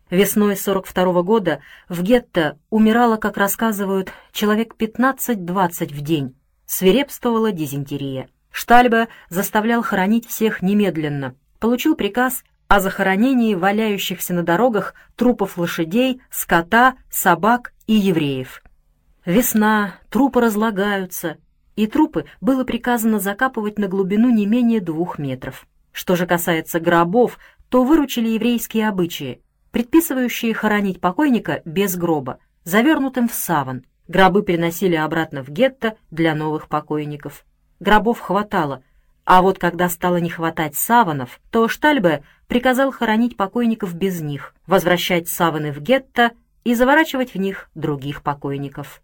Весной 42-го года в гетто умирало, как рассказывают, человек 15-20 в день. Свирепствовала дизентерия. Штальбе заставлял хоронить всех немедленно. Получил приказ о захоронении валяющихся на дорогах трупов лошадей, скота, собак и евреев. Весна, трупы разлагаются, и трупы было приказано закапывать на глубину не менее 2 метров. Что же касается гробов, то выручили еврейские обычаи, предписывающие хоронить покойника без гроба, завернутым в саван. Гробы переносили обратно в гетто для новых покойников. Гробов хватало, а вот когда стало не хватать саванов, то Штальбе приказал хоронить покойников без них, возвращать саваны в гетто и заворачивать в них других покойников.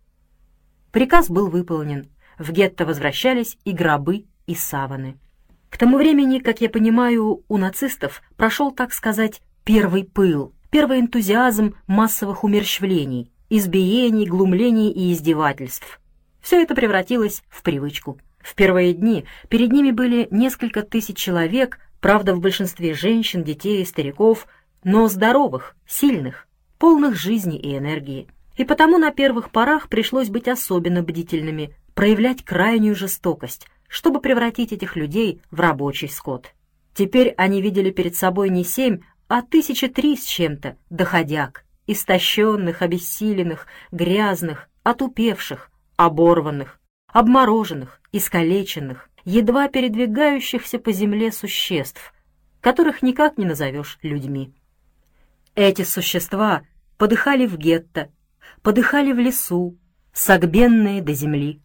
Приказ был выполнен. В гетто возвращались и гробы, и саваны. К тому времени, как я понимаю, у нацистов прошел, так сказать, первый пыл, первый энтузиазм массовых умерщвлений, избиений, глумлений и издевательств. Все это превратилось в привычку. В первые дни перед ними были несколько тысяч человек, правда, в большинстве женщин, детей и стариков, но здоровых, сильных, полных жизни и энергии. И потому на первых порах пришлось быть особенно бдительными, проявлять крайнюю жестокость, чтобы превратить этих людей в рабочий скот. Теперь они видели перед собой не 7, а 1003 с чем-то доходяг, истощенных, обессиленных, грязных, отупевших, оборванных, обмороженных, искалеченных, едва передвигающихся по земле существ, которых никак не назовешь людьми. Эти существа подыхали в гетто, подыхали в лесу, согбенные до земли.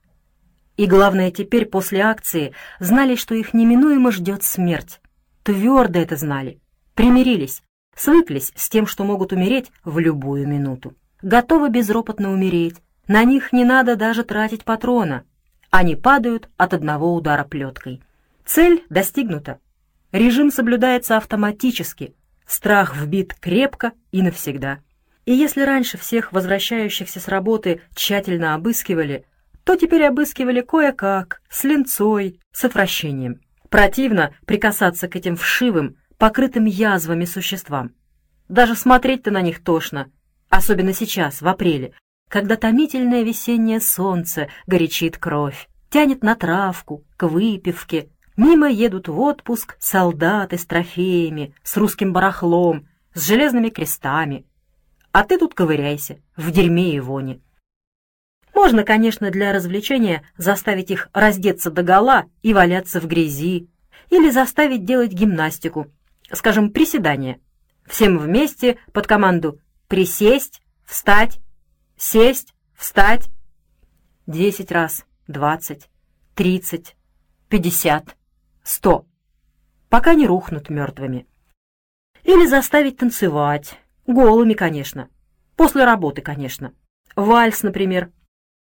И главное, теперь после акции знали, что их неминуемо ждет смерть. Твердо это знали, примирились, свыклись с тем, что могут умереть в любую минуту. Готовы безропотно умереть, на них не надо даже тратить патрона. Они падают от одного удара плеткой. Цель достигнута. Режим соблюдается автоматически, страх вбит крепко и навсегда. И если раньше всех возвращающихся с работы тщательно обыскивали, то теперь обыскивали кое-как, с линцой, с отвращением. Противно прикасаться к этим вшивым, покрытым язвами существам. Даже смотреть-то на них тошно, особенно сейчас, в апреле, когда томительное весеннее солнце горячит кровь, тянет на травку, к выпивке. Мимо едут в отпуск солдаты с трофеями, с русским барахлом, с железными крестами. А ты тут ковыряйся, в дерьме и воне. Можно, конечно, для развлечения заставить их раздеться догола и валяться в грязи, или заставить делать гимнастику, скажем, приседания. Всем вместе под команду «присесть», «встать», «сесть», «встать». 10 раз, 20, 30, 50, 100, пока не рухнут мертвыми. Или заставить танцевать, голыми, конечно, после работы, конечно. Вальс, например.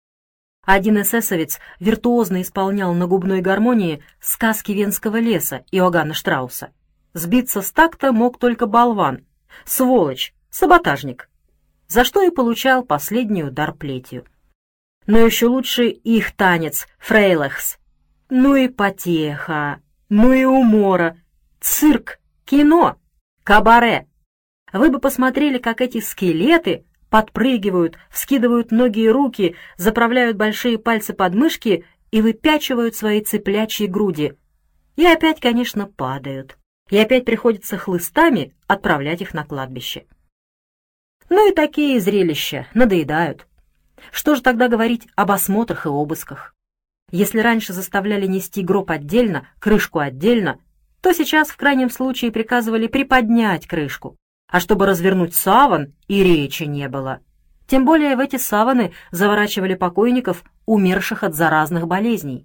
Один эсэсовец виртуозно исполнял на губной гармонии сказки Венского леса Иоганна Штрауса. Сбиться с такта мог только болван, сволочь, саботажник, за что и получал последний удар плетью. Но еще лучше их танец «Фрейлахс». Ну и потеха, ну и умора, цирк, кино, кабаре. Вы бы посмотрели, как эти скелеты подпрыгивают, вскидывают ноги и руки, заправляют большие пальцы под мышки и выпячивают свои цыплячьи груди. И опять, конечно, падают. И опять приходится хлыстами отправлять их на кладбище. Ну и такие зрелища надоедают. Что же тогда говорить об осмотрах и обысках? Если раньше заставляли нести гроб отдельно, крышку отдельно, то сейчас в крайнем случае приказывали приподнять крышку. А чтобы развернуть саван, и речи не было. Тем более в эти саваны заворачивали покойников, умерших от заразных болезней.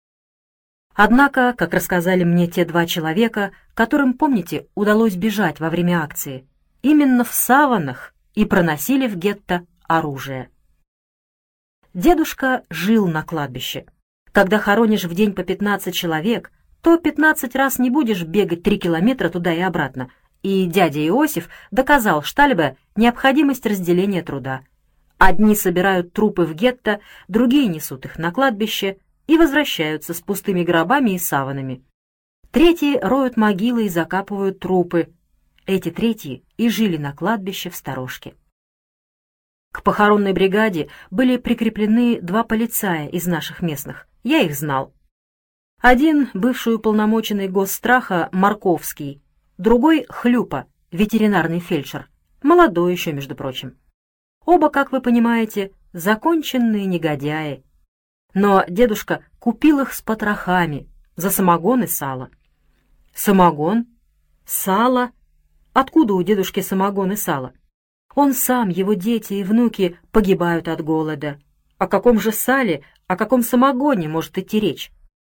Однако, как рассказали мне те 2 человека, которым, помните, удалось бежать во время акции, именно в саванах и проносили в гетто оружие. Дедушка жил на кладбище. Когда хоронишь в день по 15 человек, то 15 раз не будешь бегать 3 километра туда и обратно, и дядя Иосиф доказал Штальбе необходимость разделения труда. Одни собирают трупы в гетто, другие несут их на кладбище и возвращаются с пустыми гробами и саванами. Третьи роют могилы и закапывают трупы. эти третьи и жили на кладбище в сторожке. К похоронной бригаде были прикреплены 2 полицая из наших местных. Я их знал. Один — бывший уполномоченный госстраха Марковский, другой — Хлюпа, ветеринарный фельдшер, молодой еще, между прочим. Оба, как вы понимаете, законченные негодяи. Но дедушка купил их с потрохами за самогон и сало. Самогон? Сало? Откуда у дедушки самогон и сало? Он сам, его дети и внуки погибают от голода. О каком же сале, о каком самогоне может идти речь?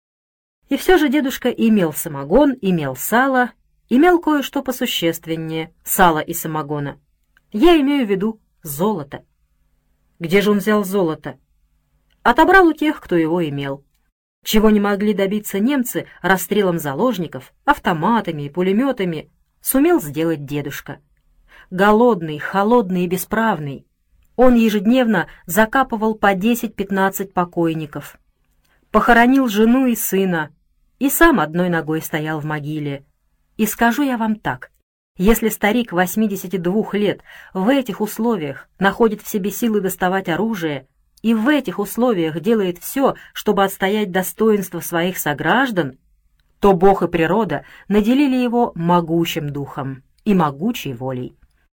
И все же дедушка имел самогон, имел сало, имел кое-что посущественнее сала и самогона. Я имею в виду золото. Где же он взял золото? Отобрал у тех, кто его имел. Чего не могли добиться немцы расстрелом заложников, автоматами и пулеметами, сумел сделать дедушка. Голодный, холодный и бесправный, он ежедневно закапывал по 10-15 покойников. Похоронил жену и сына, и сам одной ногой стоял в могиле. И скажу я вам так, если старик 82 лет в этих условиях находит в себе силы доставать оружие и в этих условиях делает все, чтобы отстоять достоинство своих сограждан, то Бог и природа наделили его могучим духом и могучей волей.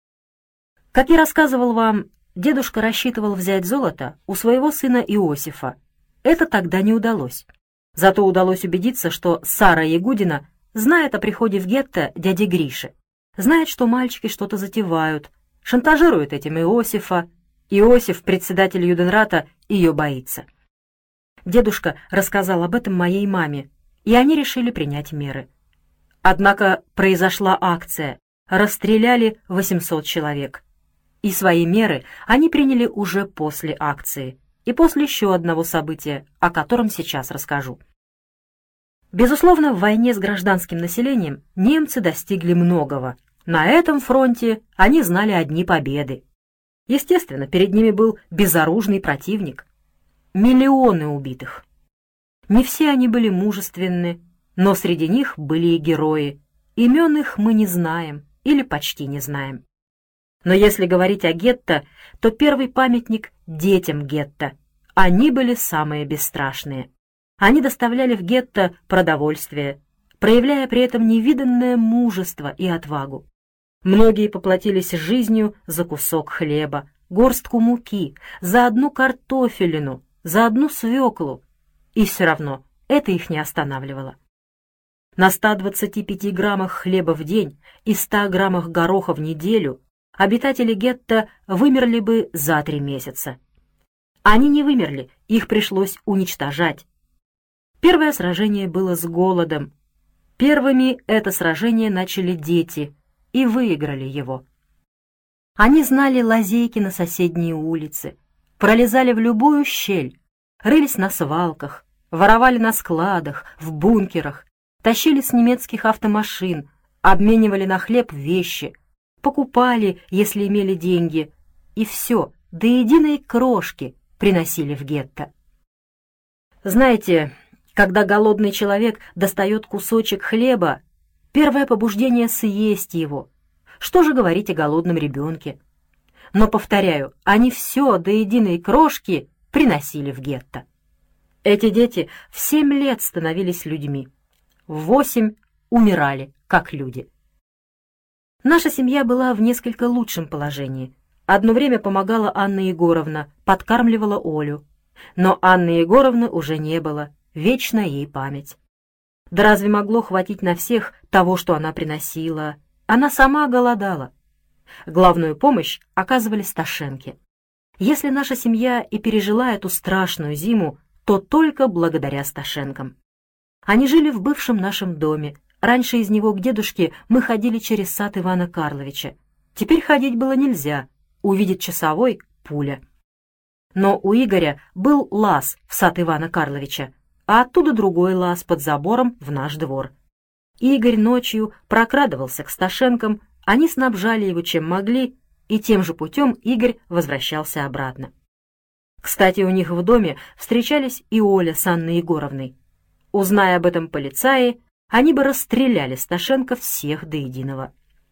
Как я рассказывал вам, дедушка рассчитывал взять золото у своего сына Иосифа. Это тогда не удалось. Зато удалось убедиться, что Сара Ягудина знает о приходе в гетто дяди Гриши, знает, что мальчики что-то затевают, шантажирует этим Иосифа. Иосиф, председатель Юденрата, ее боится. Дедушка рассказал об этом моей маме, и они решили принять меры. Однако произошла акция, расстреляли 800 человек. И свои меры они приняли уже после акции и после еще одного события, о котором сейчас расскажу. Безусловно, в войне с гражданским населением немцы достигли многого. На этом фронте они знали одни победы. Естественно, перед ними был безоружный противник. Миллионы убитых. Не все они были мужественны, но среди них были и герои. Имен их мы не знаем или почти не знаем. Но если говорить о гетто, то первый памятник детям гетто. Они были самые бесстрашные. Они доставляли в гетто продовольствие, проявляя при этом невиданное мужество и отвагу. Многие поплатились жизнью за кусок хлеба, горстку муки, за одну картофелину, за одну свеклу. И все равно это их не останавливало. На 125 граммах хлеба в день и 100 граммах гороха в неделю обитатели гетто вымерли бы за 3 месяца. Они не вымерли, их пришлось уничтожать. Первое сражение было с голодом. Первыми это сражение начали дети и выиграли его. Они знали лазейки на соседние улицы, пролезали в любую щель, рылись на свалках, воровали на складах, в бункерах, тащили с немецких автомашин, обменивали на хлеб вещи, покупали, если имели деньги, и все, до единой крошки приносили в гетто. Знаете, когда голодный человек достает кусочек хлеба, первое побуждение — съесть его. Что же говорить о голодном ребенке? Но, повторяю, они все до единой крошки приносили в гетто. Эти дети в 7 лет становились людьми, в 8 умирали, как люди. Наша семья была в несколько лучшем положении. Одно время помогала Анна Егоровна, подкармливала Олю. Но Анны Егоровны уже не было, вечна ей память. Да разве могло хватить на всех того, что она приносила? Она сама голодала. Главную помощь оказывали Сташенки. Если наша семья и пережила эту страшную зиму, то только благодаря Сташенкам. Они жили в бывшем нашем доме. Раньше из него к дедушке мы ходили через сад Ивана Карловича. Теперь ходить было нельзя. Увидит часовой — пуля. Но у Игоря был лаз в сад Ивана Карловича, а оттуда другой лаз под забором в наш двор. Игорь ночью прокрадывался к Сташенкам, они снабжали его чем могли, и тем же путем Игорь возвращался обратно. Кстати, у них в доме встречались и Оля с Анной Егоровной. Узная об этом полицаи, они бы расстреляли Сташенко всех до единого.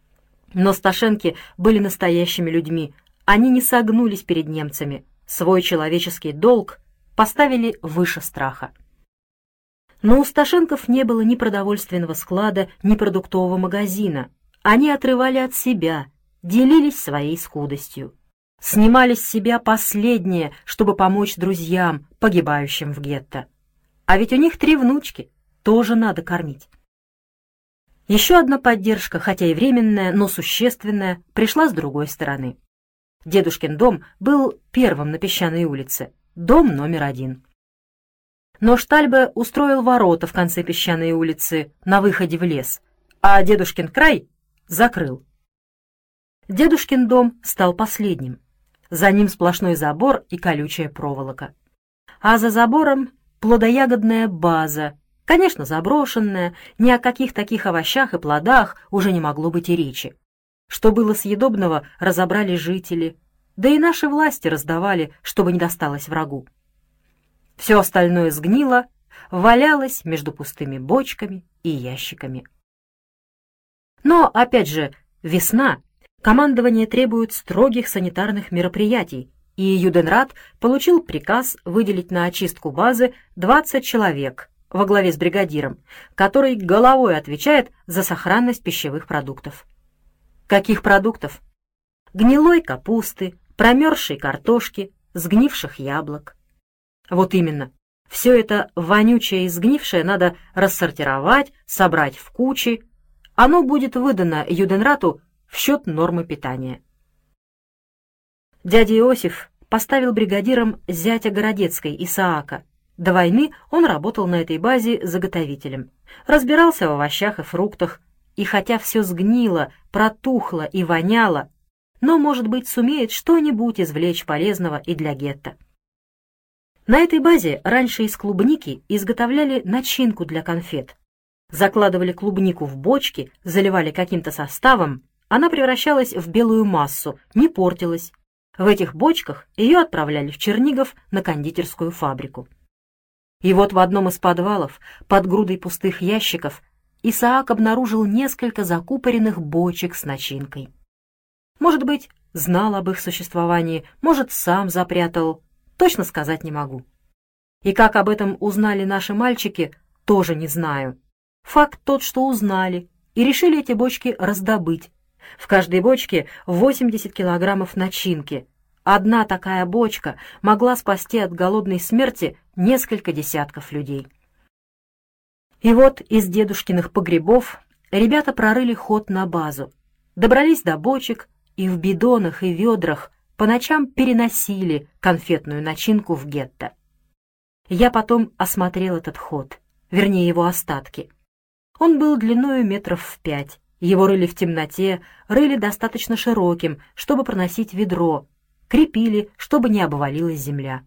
Но Сташенки были настоящими людьми, они не согнулись перед немцами, свой человеческий долг поставили выше страха. Но у Сташенков не было ни продовольственного склада, ни продуктового магазина. Они отрывали от себя, делились своей скудостью. Снимали с себя последнее, чтобы помочь друзьям, погибающим в гетто. А ведь у них 3 внучки, тоже надо кормить. Еще одна поддержка, хотя и временная, но существенная, пришла с другой стороны. Дедушкин дом был первым на Песчаной улице, дом номер 1. Но Штальбе устроил ворота в конце Песчаной улицы на выходе в лес, а дедушкин край закрыл. Дедушкин дом стал последним. За ним сплошной забор и колючая проволока. А за забором плодоягодная база, конечно, заброшенная, ни о каких таких овощах и плодах уже не могло быть и речи. Что было съедобного, разобрали жители, да и наши власти раздавали, чтобы не досталось врагу. Все остальное сгнило, валялось между пустыми бочками и ящиками. Но, опять же, весна. Командование требует строгих санитарных мероприятий, и Юденрат получил приказ выделить на очистку базы 20 человек во главе с бригадиром, который головой отвечает за сохранность пищевых продуктов. Каких продуктов? Гнилой капусты, промерзшей картошки, сгнивших яблок. Вот именно, все это вонючее и сгнившее надо рассортировать, собрать в кучи. Оно будет выдано Юденрату в счет нормы питания. Дядя Иосиф поставил бригадиром зятя Городецкой, Исаака. До войны он работал на этой базе заготовителем, разбирался в овощах и фруктах, и хотя все сгнило, протухло и воняло, но, может быть, сумеет что-нибудь извлечь полезного и для гетто. На этой базе раньше из клубники изготовляли начинку для конфет. Закладывали клубнику в бочки, заливали каким-то составом, она превращалась в белую массу, не портилась. В этих бочках ее отправляли в Чернигов на кондитерскую фабрику. И вот в одном из подвалов, под грудой пустых ящиков, Исаак обнаружил несколько закупоренных бочек с начинкой. Может быть, знал об их существовании, может, сам запрятал, точно сказать не могу. И как об этом узнали наши мальчики, тоже не знаю. Факт тот, что узнали, и решили эти бочки раздобыть. В каждой бочке 80 килограммов начинки. Одна такая бочка могла спасти от голодной смерти несколько десятков людей. И вот из дедушкиных погребов ребята прорыли ход на базу, добрались до бочек и в бидонах и ведрах по ночам переносили конфетную начинку в гетто. Я потом осмотрел этот ход, вернее его остатки. Он был длиною метров в 5. Его рыли в темноте, рыли достаточно широким, чтобы проносить ведро, крепили, чтобы не обвалилась земля.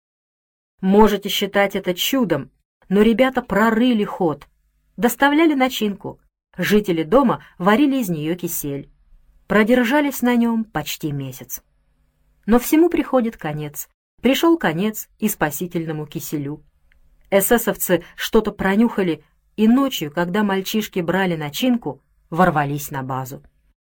Можете считать это чудом, но ребята прорыли ход, доставляли начинку. Жители дома варили из нее кисель. Продержались на нем почти месяц. Но всему приходит конец. Пришел конец и спасительному киселю. Эсэсовцы что-то пронюхали, и ночью, когда мальчишки брали начинку, ворвались на базу.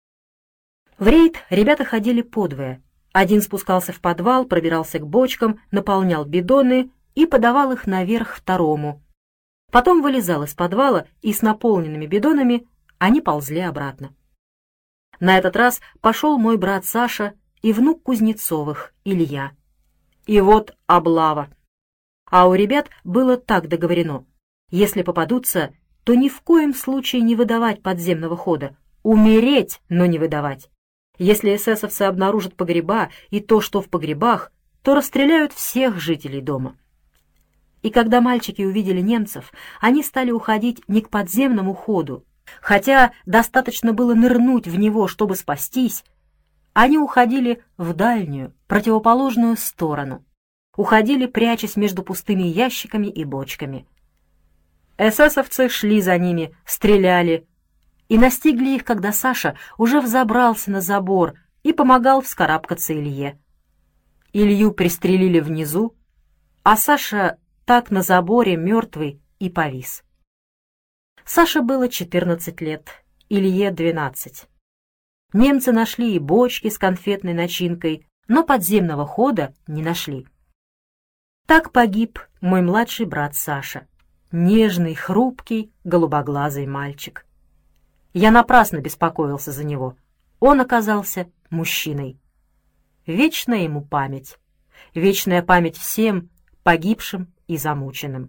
В рейд ребята ходили подвое. Один спускался в подвал, пробирался к бочкам, наполнял бидоны и подавал их наверх второму. Потом вылезал из подвала, и с наполненными бидонами они ползли обратно. На этот раз пошел мой брат Саша и внук Кузнецовых, Илья. И вот облава. А у ребят было так договорено. Если попадутся, то ни в коем случае не выдавать подземного хода. Умереть, но не выдавать. Если эсэсовцы обнаружат погреба и то, что в погребах, то расстреляют всех жителей дома. И когда мальчики увидели немцев, они стали уходить не к подземному ходу, хотя достаточно было нырнуть в него, чтобы спастись. Они уходили в дальнюю, противоположную сторону. Уходили, прячась между пустыми ящиками и бочками. Эсэсовцы шли за ними, стреляли, и настигли их, когда Саша уже взобрался на забор и помогал вскарабкаться Илье. Илью пристрелили внизу, а Саша так на заборе мертвый и повис. Саше было 14 лет, Илье 12. Немцы нашли и бочки с конфетной начинкой, но подземного хода не нашли. Так погиб мой младший брат Саша, нежный, хрупкий, голубоглазый мальчик. Я напрасно беспокоился за него. Он оказался мужчиной. Вечная ему память. Вечная память всем погибшим и замученным.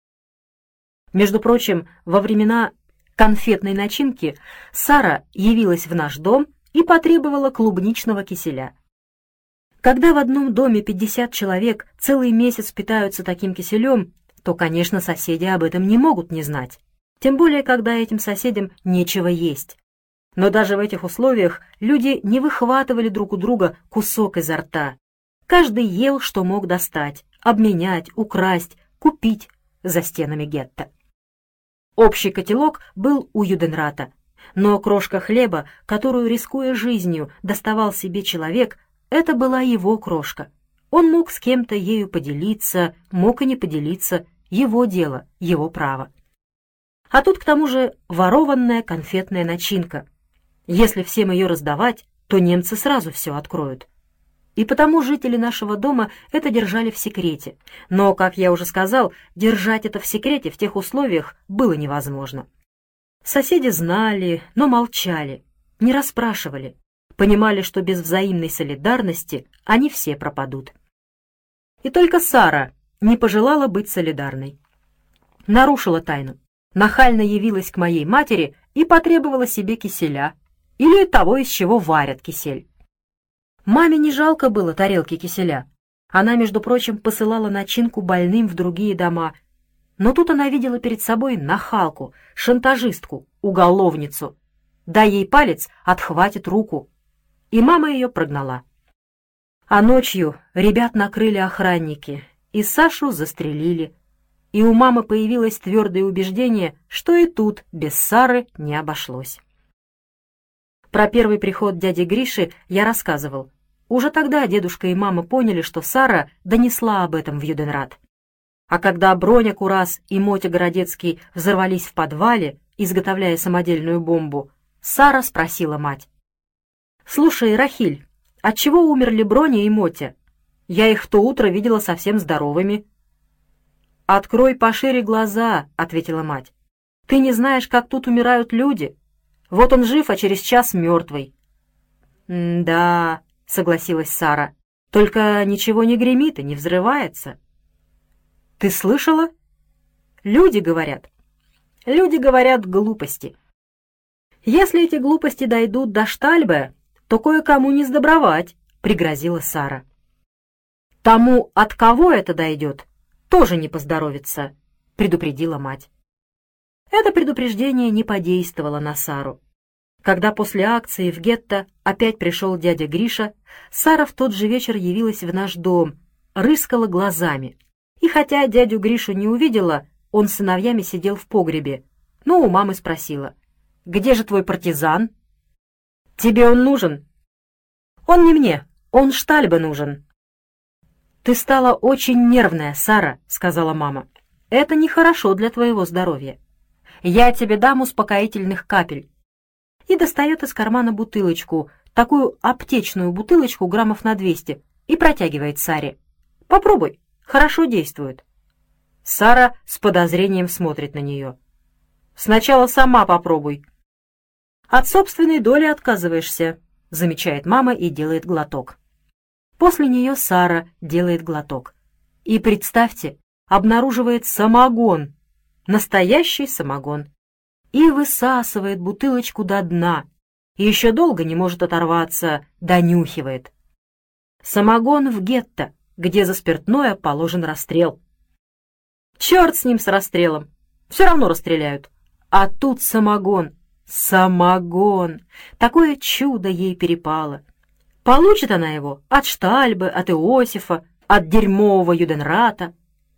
Между прочим, во времена конфетной начинки Сара явилась в наш дом и потребовала клубничного киселя. Когда в одном доме 50 человек целый месяц питаются таким киселем, то, конечно, соседи об этом не могут не знать. Тем более, когда этим соседям нечего есть. Но даже в этих условиях люди не выхватывали друг у друга кусок изо рта. Каждый ел, что мог достать, обменять, украсть, купить за стенами гетто. Общий котелок был у Юденрата, но крошка хлеба, которую, рискуя жизнью, доставал себе человек, это была его крошка. Он мог с кем-то ею поделиться, мог и не поделиться, его дело, его право. А тут, к тому же, ворованная конфетная начинка. Если всем ее раздавать, то немцы сразу все откроют. И потому жители нашего дома это держали в секрете. Но, как я уже сказал, держать это в секрете в тех условиях было невозможно. Соседи знали, но молчали, не расспрашивали. Понимали, что без взаимной солидарности они все пропадут. И только Сара не пожелала быть солидарной. Нарушила тайну. Нахально явилась к моей матери и потребовала себе киселя, или того, из чего варят кисель. Маме не жалко было тарелки киселя. Она, между прочим, посылала начинку больным в другие дома. Но тут она видела перед собой нахалку, шантажистку, уголовницу. Дай ей палец, отхватит руку. И мама ее прогнала. А ночью ребят накрыли охранники, и Сашу застрелили. И у мамы появилось твердое убеждение, что и тут без Сары не обошлось. Про первый приход дяди Гриши я рассказывал. Уже тогда дедушка и мама поняли, что Сара донесла об этом в Юденрат. А когда Броня Курас и Мотя Городецкий взорвались в подвале, изготовляя самодельную бомбу, Сара спросила мать: «Слушай, Рахиль, отчего умерли Броня и Мотя? Я их в то утро видела совсем здоровыми». «Открой пошире глаза», — ответила мать. «Ты не знаешь, как тут умирают люди. Вот он жив, а через час мертвый». «Да», — согласилась Сара, — «только ничего не гремит и не взрывается». «Ты слышала?» «Люди говорят». «Люди говорят глупости». «Если эти глупости дойдут до Штальбе, то кое-кому не сдобровать», — пригрозила Сара. «Тому, от кого это дойдет, тоже не поздоровится», — предупредила мать. Это предупреждение не подействовало на Сару. Когда после акции в гетто опять пришел дядя Гриша, Сара в тот же вечер явилась в наш дом, рыскала глазами. И хотя дядю Гришу не увидела, он с сыновьями сидел в погребе, но у мамы спросила: «Где же твой партизан?» «Тебе он нужен?» «Он не мне, он Штальбе нужен». «Ты стала очень нервная, Сара», — сказала мама. «Это нехорошо для твоего здоровья. Я тебе дам успокоительных капель». И достает из кармана бутылочку, такую аптечную бутылочку граммов на 200, и протягивает Саре. «Попробуй, хорошо действует». Сара с подозрением смотрит на нее. «Сначала сама попробуй». «От собственной доли отказываешься», — замечает мама и делает глоток. После нее Сара делает глоток. И, представьте, обнаруживает самогон, настоящий самогон, и высасывает бутылочку до дна, и еще долго не может оторваться, донюхивает. Самогон в гетто, где за спиртное положен расстрел. Черт с ним, с расстрелом, все равно расстреляют. А тут самогон, самогон, такое чудо ей перепало. Получит она его от Штальбе, от Иосифа, от дерьмового Юденрата.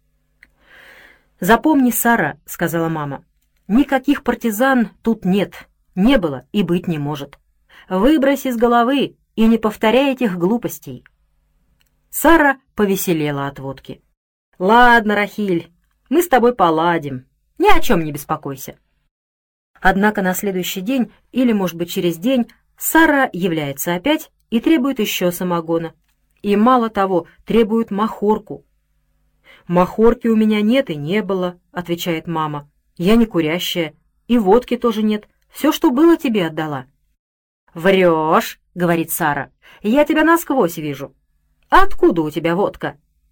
«Запомни, Сара», — сказала мама, — «никаких партизан тут нет, не было и быть не может. Выбрось из головы и не повторяй этих глупостей». Сара повеселела от водки. «Ладно, Рахиль, мы с тобой поладим, ни о чем не беспокойся». Однако на следующий день, или, может быть, через день, Сара является опять и требует еще самогона. И мало того, требует махорку. «Махорки у меня нет и не было», — отвечает мама. «Я не курящая, и водки тоже нет. Все, что было, тебе отдала». «Врешь», — говорит Сара. «Я тебя насквозь вижу. Откуда у тебя водка?»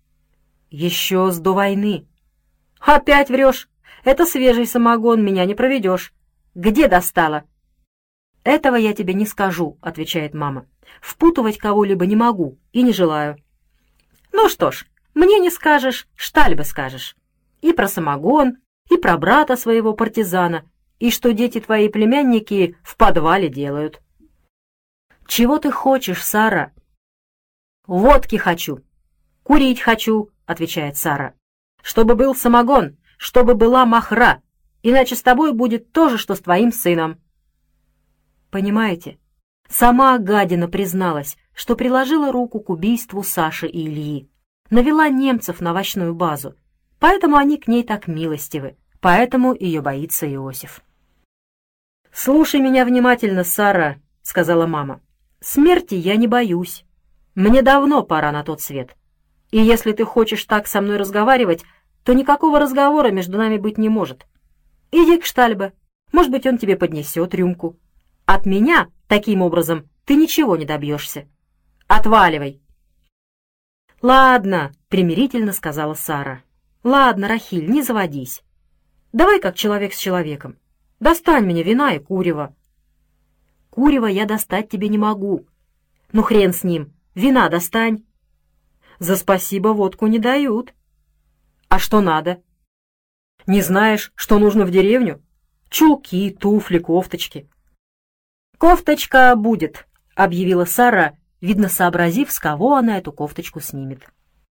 «Еще до войны». «Опять врешь. Это свежий самогон, меня не проведешь. Где достала?» «Этого я тебе не скажу», — отвечает мама. «Впутывать кого-либо не могу и не желаю». «Ну что ж, мне не скажешь, Штальбе скажешь. И про самогон, и про брата своего партизана, и что дети твои племянники в подвале делают». «Чего ты хочешь, Сара?» «Водки хочу. Курить хочу», — отвечает Сара. «Чтобы был самогон, чтобы была махра, иначе с тобой будет то же, что с твоим сыном». Понимаете, сама гадина призналась, что приложила руку к убийству Саши и Ильи, навела немцев на овощную базу, поэтому они к ней так милостивы, поэтому ее боится Иосиф. «Слушай меня внимательно, Сара», — сказала мама. «Смерти я не боюсь. Мне давно пора на тот свет. И если ты хочешь так со мной разговаривать, то никакого разговора между нами быть не может. Иди к Штальбе, может быть, он тебе поднесет рюмку. От меня, таким образом, ты ничего не добьешься. Отваливай». «Ладно», — примирительно сказала Сара. «Ладно, Рахиль, не заводись. Давай как человек с человеком. Достань мне вина и курева». «Курева я достать тебе не могу». «Ну хрен с ним, вина достань». «За спасибо водку не дают». «А что надо?» «Не знаешь, что нужно в деревню? Чулки, туфли, кофточки». «Кофточка будет», — объявила Сара, видно, сообразив, с кого она эту кофточку снимет.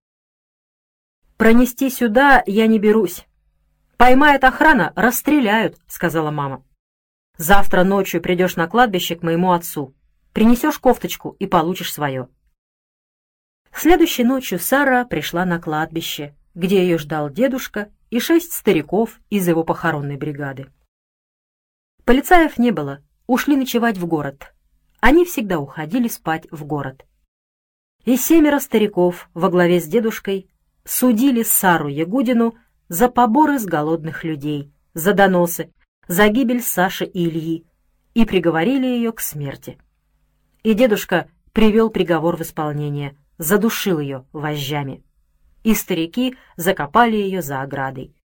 «Пронести сюда я не берусь. Поймает охрана, расстреляют», — сказала мама. «Завтра ночью придешь на кладбище к моему отцу. Принесешь кофточку и получишь свое». Следующей ночью Сара пришла на кладбище, где ее ждал дедушка и 6 стариков из его похоронной бригады. Полицаев не было, ушли ночевать в город. Они всегда уходили спать в город. И 7 стариков во главе с дедушкой судили Сару Ягудину за поборы с голодных людей, за доносы, за гибель Саши и Ильи и приговорили ее к смерти. И дедушка привел приговор в исполнение, задушил ее вожжами. И старики закопали ее за оградой.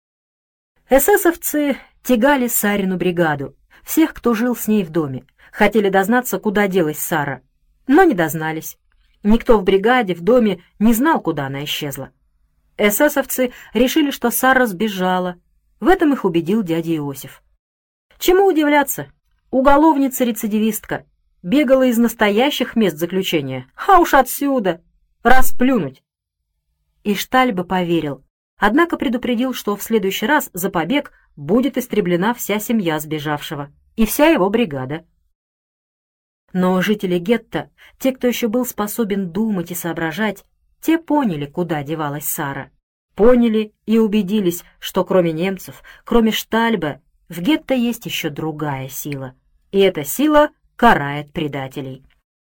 Эсэсовцы тягали Сарину бригаду, всех, кто жил с ней в доме, хотели дознаться, куда делась Сара, но не дознались. Никто в бригаде, в доме не знал, куда она исчезла. Эсэсовцы решили, что Сара сбежала. В этом их убедил дядя Иосиф. Чему удивляться? Уголовница-рецидивистка. Бегала из настоящих мест заключения. А уж отсюда! Расплюнуть! И Штальбе поверил, однако предупредил, что в следующий раз за побег будет истреблена вся семья сбежавшего и вся его бригада. Но жители гетто, те, кто еще был способен думать и соображать, те поняли, куда девалась Сара. Поняли и убедились, что кроме немцев, кроме Штальбе, в гетто есть еще другая сила. И эта сила карает предателей.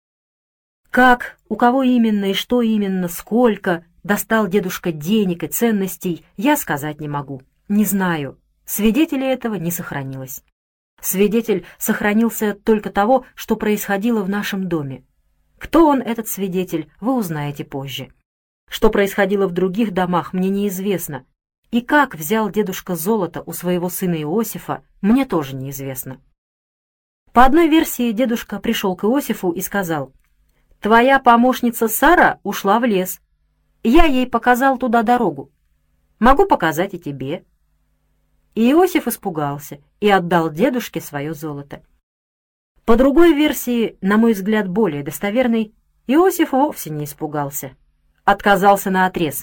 Как, у кого именно и что именно, сколько достал дедушка денег и ценностей, я сказать не могу. Не знаю. Свидетелей этого не сохранилось. Свидетель сохранился только того, что происходило в нашем доме. Кто он, этот свидетель, вы узнаете позже. Что происходило в других домах, мне неизвестно. И как взял дедушка золото у своего сына Иосифа, мне тоже неизвестно. По одной версии, дедушка пришел к Иосифу и сказал: «Твоя помощница Сара ушла в лес. Я ей показал туда дорогу. Могу показать и тебе». И Иосиф испугался и отдал дедушке свое золото. По другой версии, на мой взгляд более достоверной, Иосиф вовсе не испугался. Отказался наотрез.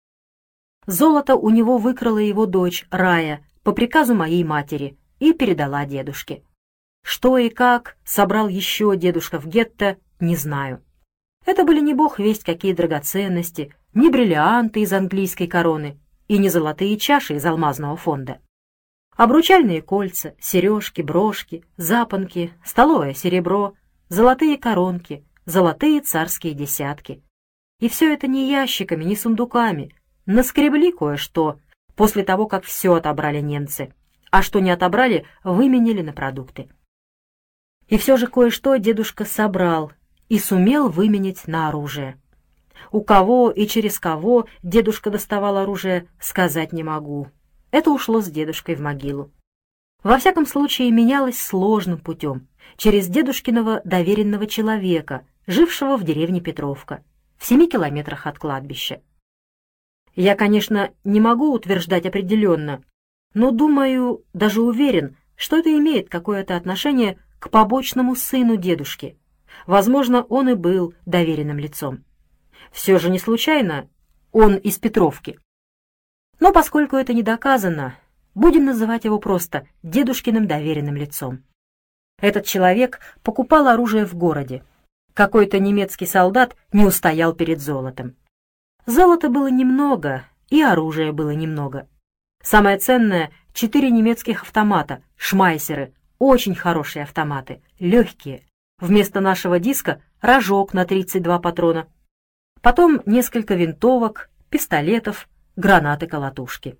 Золото у него выкрала его дочь Рая по приказу моей матери и передала дедушке. Что и как собрал еще дедушка в гетто, не знаю. Это были не бог весть какие драгоценности, не бриллианты из английской короны и не золотые чаши из алмазного фонда. Обручальные кольца, сережки, брошки, запонки, столовое серебро, золотые коронки, золотые царские десятки. И все это не ящиками, не сундуками. Наскребли кое-что после того, как все отобрали немцы, а что не отобрали, выменили на продукты. И все же кое-что дедушка собрал и сумел выменять на оружие. У кого и через кого дедушка доставал оружие, сказать не могу. Это ушло с дедушкой в могилу. Во всяком случае, менялось сложным путем, через дедушкиного доверенного человека, жившего в деревне Петровка, в 7 километрах от кладбища. Я, конечно, не могу утверждать определенно, но думаю, даже уверен, что это имеет какое-то отношение к побочному сыну дедушки. Возможно, он и был доверенным лицом. Все же не случайно он из Петровки. Но поскольку это не доказано, будем называть его просто дедушкиным доверенным лицом. Этот человек покупал оружие в городе. Какой-то немецкий солдат не устоял перед золотом. Золота было немного, и оружия было немного. Самое ценное — 4 немецких автомата, шмайсеры, очень хорошие автоматы, легкие. Вместо нашего диска — рожок на 32 патрона. Потом несколько винтовок, пистолетов, гранаты-колотушки.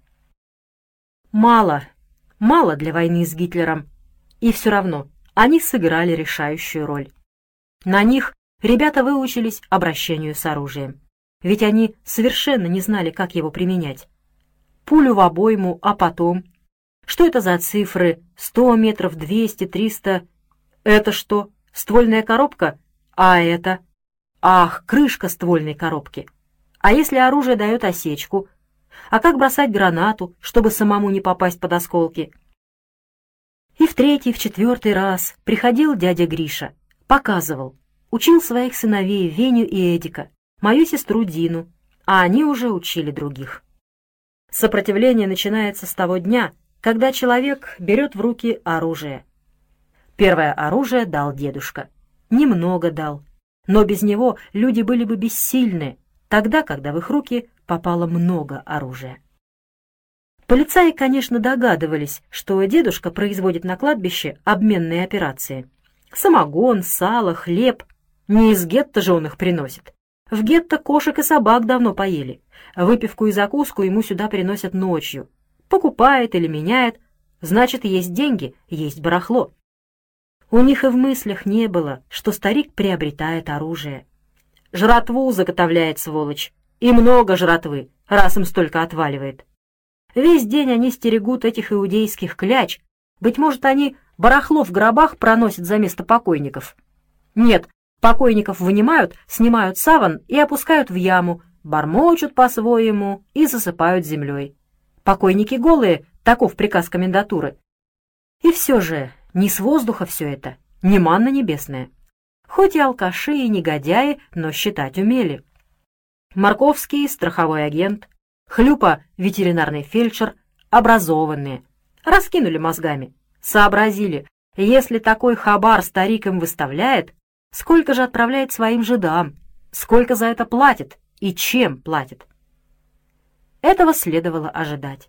Мало для войны с Гитлером. И все равно они сыграли решающую роль. На них ребята выучились обращению с оружием. Ведь они совершенно не знали, как его применять. Пулю в обойму, а потом... Что это за цифры? 100 метров, 200, 300... Это что, ствольная коробка? А это... Ах, крышка ствольной коробки. А если оружие дает осечку? А как бросать гранату, чтобы самому не попасть под осколки? И в 3-й, в 4-й раз приходил дядя Гриша, показывал, учил своих сыновей Веню и Эдика, мою сестру Дину, а они уже учили других. Сопротивление начинается с того дня, когда человек берет в руки оружие. Первое оружие дал дедушка. Немного дал. Но без него люди были бы бессильны, тогда, когда в их руки попало много оружия. Полицаи, конечно, догадывались, что дедушка производит на кладбище обменные операции. Самогон, сало, хлеб. Не из гетто же он их приносит. В гетто кошек и собак давно поели. Выпивку и закуску ему сюда приносят ночью. Покупает или меняет. Значит, есть деньги, есть барахло. У них и в мыслях не было, что старик приобретает оружие. Жратву заготовляет, сволочь. И много жратвы, раз им столько отваливает. Весь день они стерегут этих иудейских кляч. Быть может, они барахло в гробах проносят за место покойников. Нет, покойников вынимают, снимают саван и опускают в яму, бормочут по-своему и засыпают землей. Покойники голые, таков приказ комендатуры. И все же не с воздуха все это, не манна небесная. Хоть и алкаши, и негодяи, но считать умели. Марковский — страховой агент, Хлюпа — ветеринарный фельдшер, образованные. Раскинули мозгами, сообразили, если такой хабар старик им выставляет, сколько же отправляет своим жидам, сколько за это платит и чем платит. Этого следовало ожидать.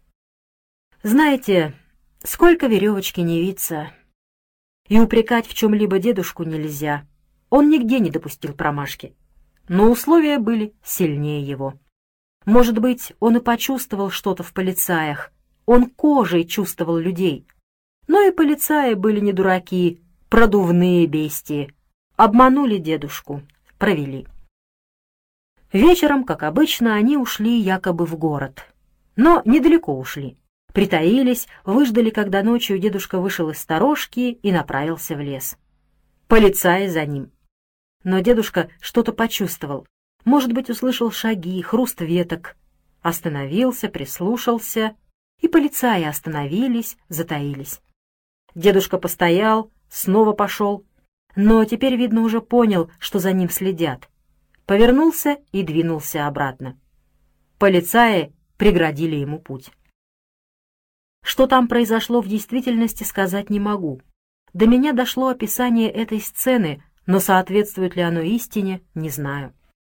Знаете, сколько веревочки не виться. И упрекать в чем-либо дедушку нельзя. Он нигде не допустил промашки. Но условия были сильнее его. Может быть, он и почувствовал что-то в полицаях. Он кожей чувствовал людей. Но и полицаи были не дураки, продувные бестии. Обманули дедушку, провели. Вечером, как обычно, они ушли якобы в город. Но недалеко ушли. Притаились, выждали, когда ночью дедушка вышел из сторожки и направился в лес. Полицаи за ним. Но дедушка что-то почувствовал. Может быть, услышал шаги, хруст веток. Остановился, прислушался, и полицаи остановились, затаились. Дедушка постоял, снова пошел, но теперь, видно, уже понял, что за ним следят. Повернулся и двинулся обратно. Полицаи преградили ему путь. Что там произошло в действительности, сказать не могу. До меня дошло описание этой сцены, но соответствует ли оно истине, не знаю.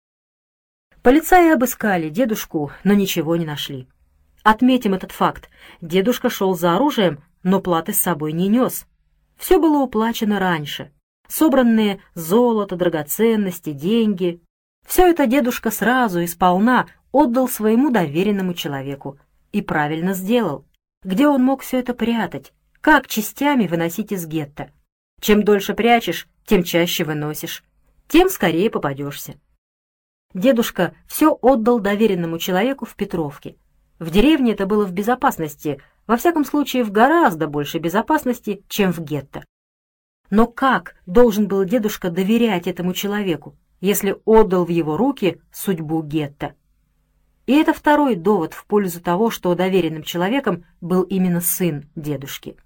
Полицаи обыскали дедушку, но ничего не нашли. Отметим этот факт. Дедушка шел за оружием, но платы с собой не нес. Все было уплачено раньше. Собранные золото, драгоценности, деньги — все это дедушка сразу и сполна отдал своему доверенному человеку. И правильно сделал. Где он мог все это прятать? Как частями выносить из гетто? Чем дольше прячешь, тем чаще выносишь, тем скорее попадешься. Дедушка все отдал доверенному человеку в Петровке. В деревне это было в безопасности, во всяком случае в гораздо большей безопасности, чем в гетто. Но как должен был дедушка доверять этому человеку, если отдал в его руки судьбу гетто? И это второй довод в пользу того, что доверенным человеком был именно сын дедушки.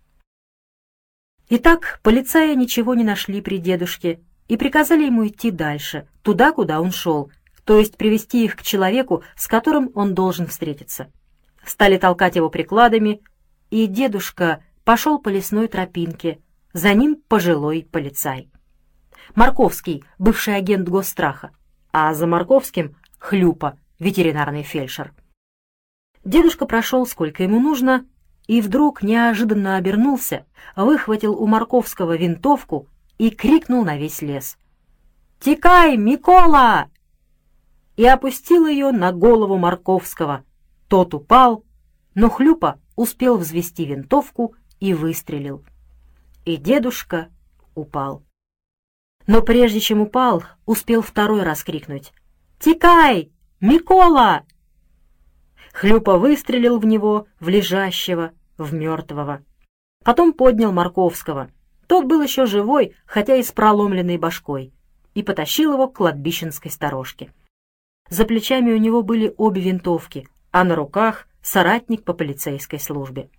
Итак, полицаи ничего не нашли при дедушке и приказали ему идти дальше, туда, куда он шел, то есть привести их к человеку, с которым он должен встретиться. Стали толкать его прикладами, и дедушка пошел по лесной тропинке, за ним пожилой полицай. Марковский, бывший агент Госстраха, а за Марковским — Хлюпа, ветеринарный фельдшер. Дедушка прошел, сколько ему нужно, и вдруг неожиданно обернулся, выхватил у Марковского винтовку и крикнул на весь лес: «Текай, Микола!» и опустил ее на голову Марковского. Тот упал, но Хлюпа успел взвести винтовку и выстрелил. И дедушка упал. Но прежде чем упал, успел второй раз крикнуть: «Текай, Микола!» Хлюпа выстрелил в него, в лежащего, в мертвого. Потом поднял Марковского. Тот был еще живой, хотя и с проломленной башкой, и потащил его к кладбищенской сторожке. За плечами у него были обе винтовки, а на руках соратник по полицейской службе.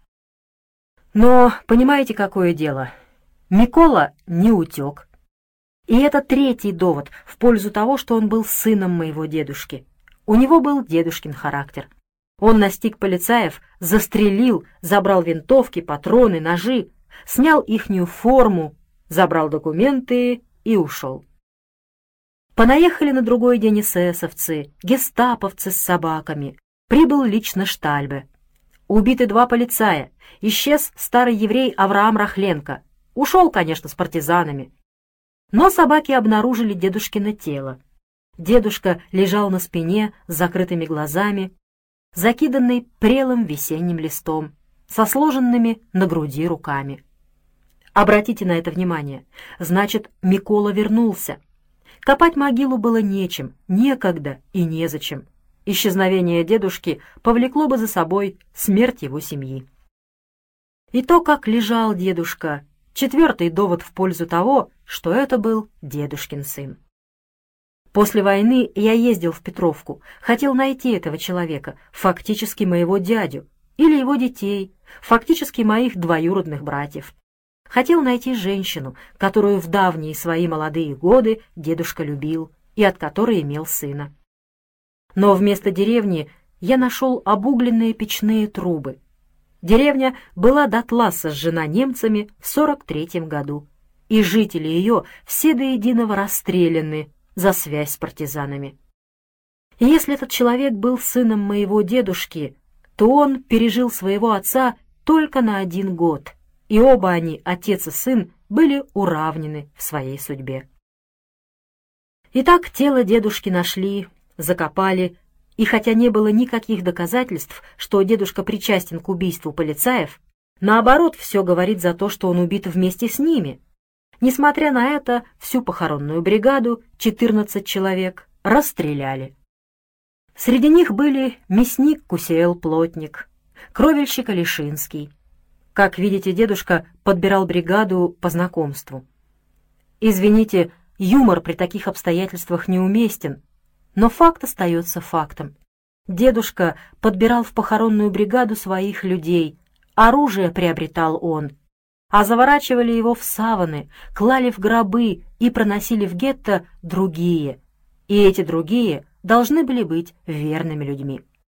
Но понимаете, какое дело? Микола не утек. И это третий довод в пользу того, что он был сыном моего дедушки. У него был дедушкин характер. Он настиг полицаев, застрелил, забрал винтовки, патроны, ножи, снял ихнюю форму, забрал документы и ушел. Понаехали на другой день эсэсовцы, гестаповцы с собаками. Прибыл лично Штальбе. Убиты 2 полицая. Исчез старый еврей Авраам Рахленко. Ушел, конечно, с партизанами. Но собаки обнаружили дедушкино тело. Дедушка лежал на спине с закрытыми глазами, закиданный прелым весенним листом, со сложенными на груди руками. Обратите на это внимание. Значит, Микола вернулся. Копать могилу было нечем, некогда и незачем. Исчезновение дедушки повлекло бы за собой смерть его семьи. И то, как лежал дедушка, четвертый довод в пользу того, что это был дедушкин сын. После войны я ездил в Петровку, хотел найти этого человека, фактически моего дядю, или его детей, фактически моих двоюродных братьев. Хотел найти женщину, которую в давние свои молодые годы дедушка любил и от которой имел сына. Но вместо деревни я нашел обугленные печные трубы. Деревня была дотла сожжена немцами в 43-м году, и жители ее все до единого расстреляны за связь с партизанами. И если этот человек был сыном моего дедушки, то он пережил своего отца только на 1 год, и оба они, отец и сын, были уравнены в своей судьбе. Итак, тело дедушки нашли, закопали, и хотя не было никаких доказательств, что дедушка причастен к убийству полицаев, наоборот, все говорит за то, что он убит вместе с ними. Несмотря на это, всю похоронную бригаду, 14 человек, расстреляли. Среди них были мясник Кусеэл-Плотник, кровельщик Алишинский. Как видите, дедушка подбирал бригаду по знакомству. Извините, юмор при таких обстоятельствах неуместен, но факт остается фактом. Дедушка подбирал в похоронную бригаду своих людей, оружие приобретал он, а заворачивали его в саваны, клали в гробы и проносили в гетто другие, и эти другие должны были быть верными людьми.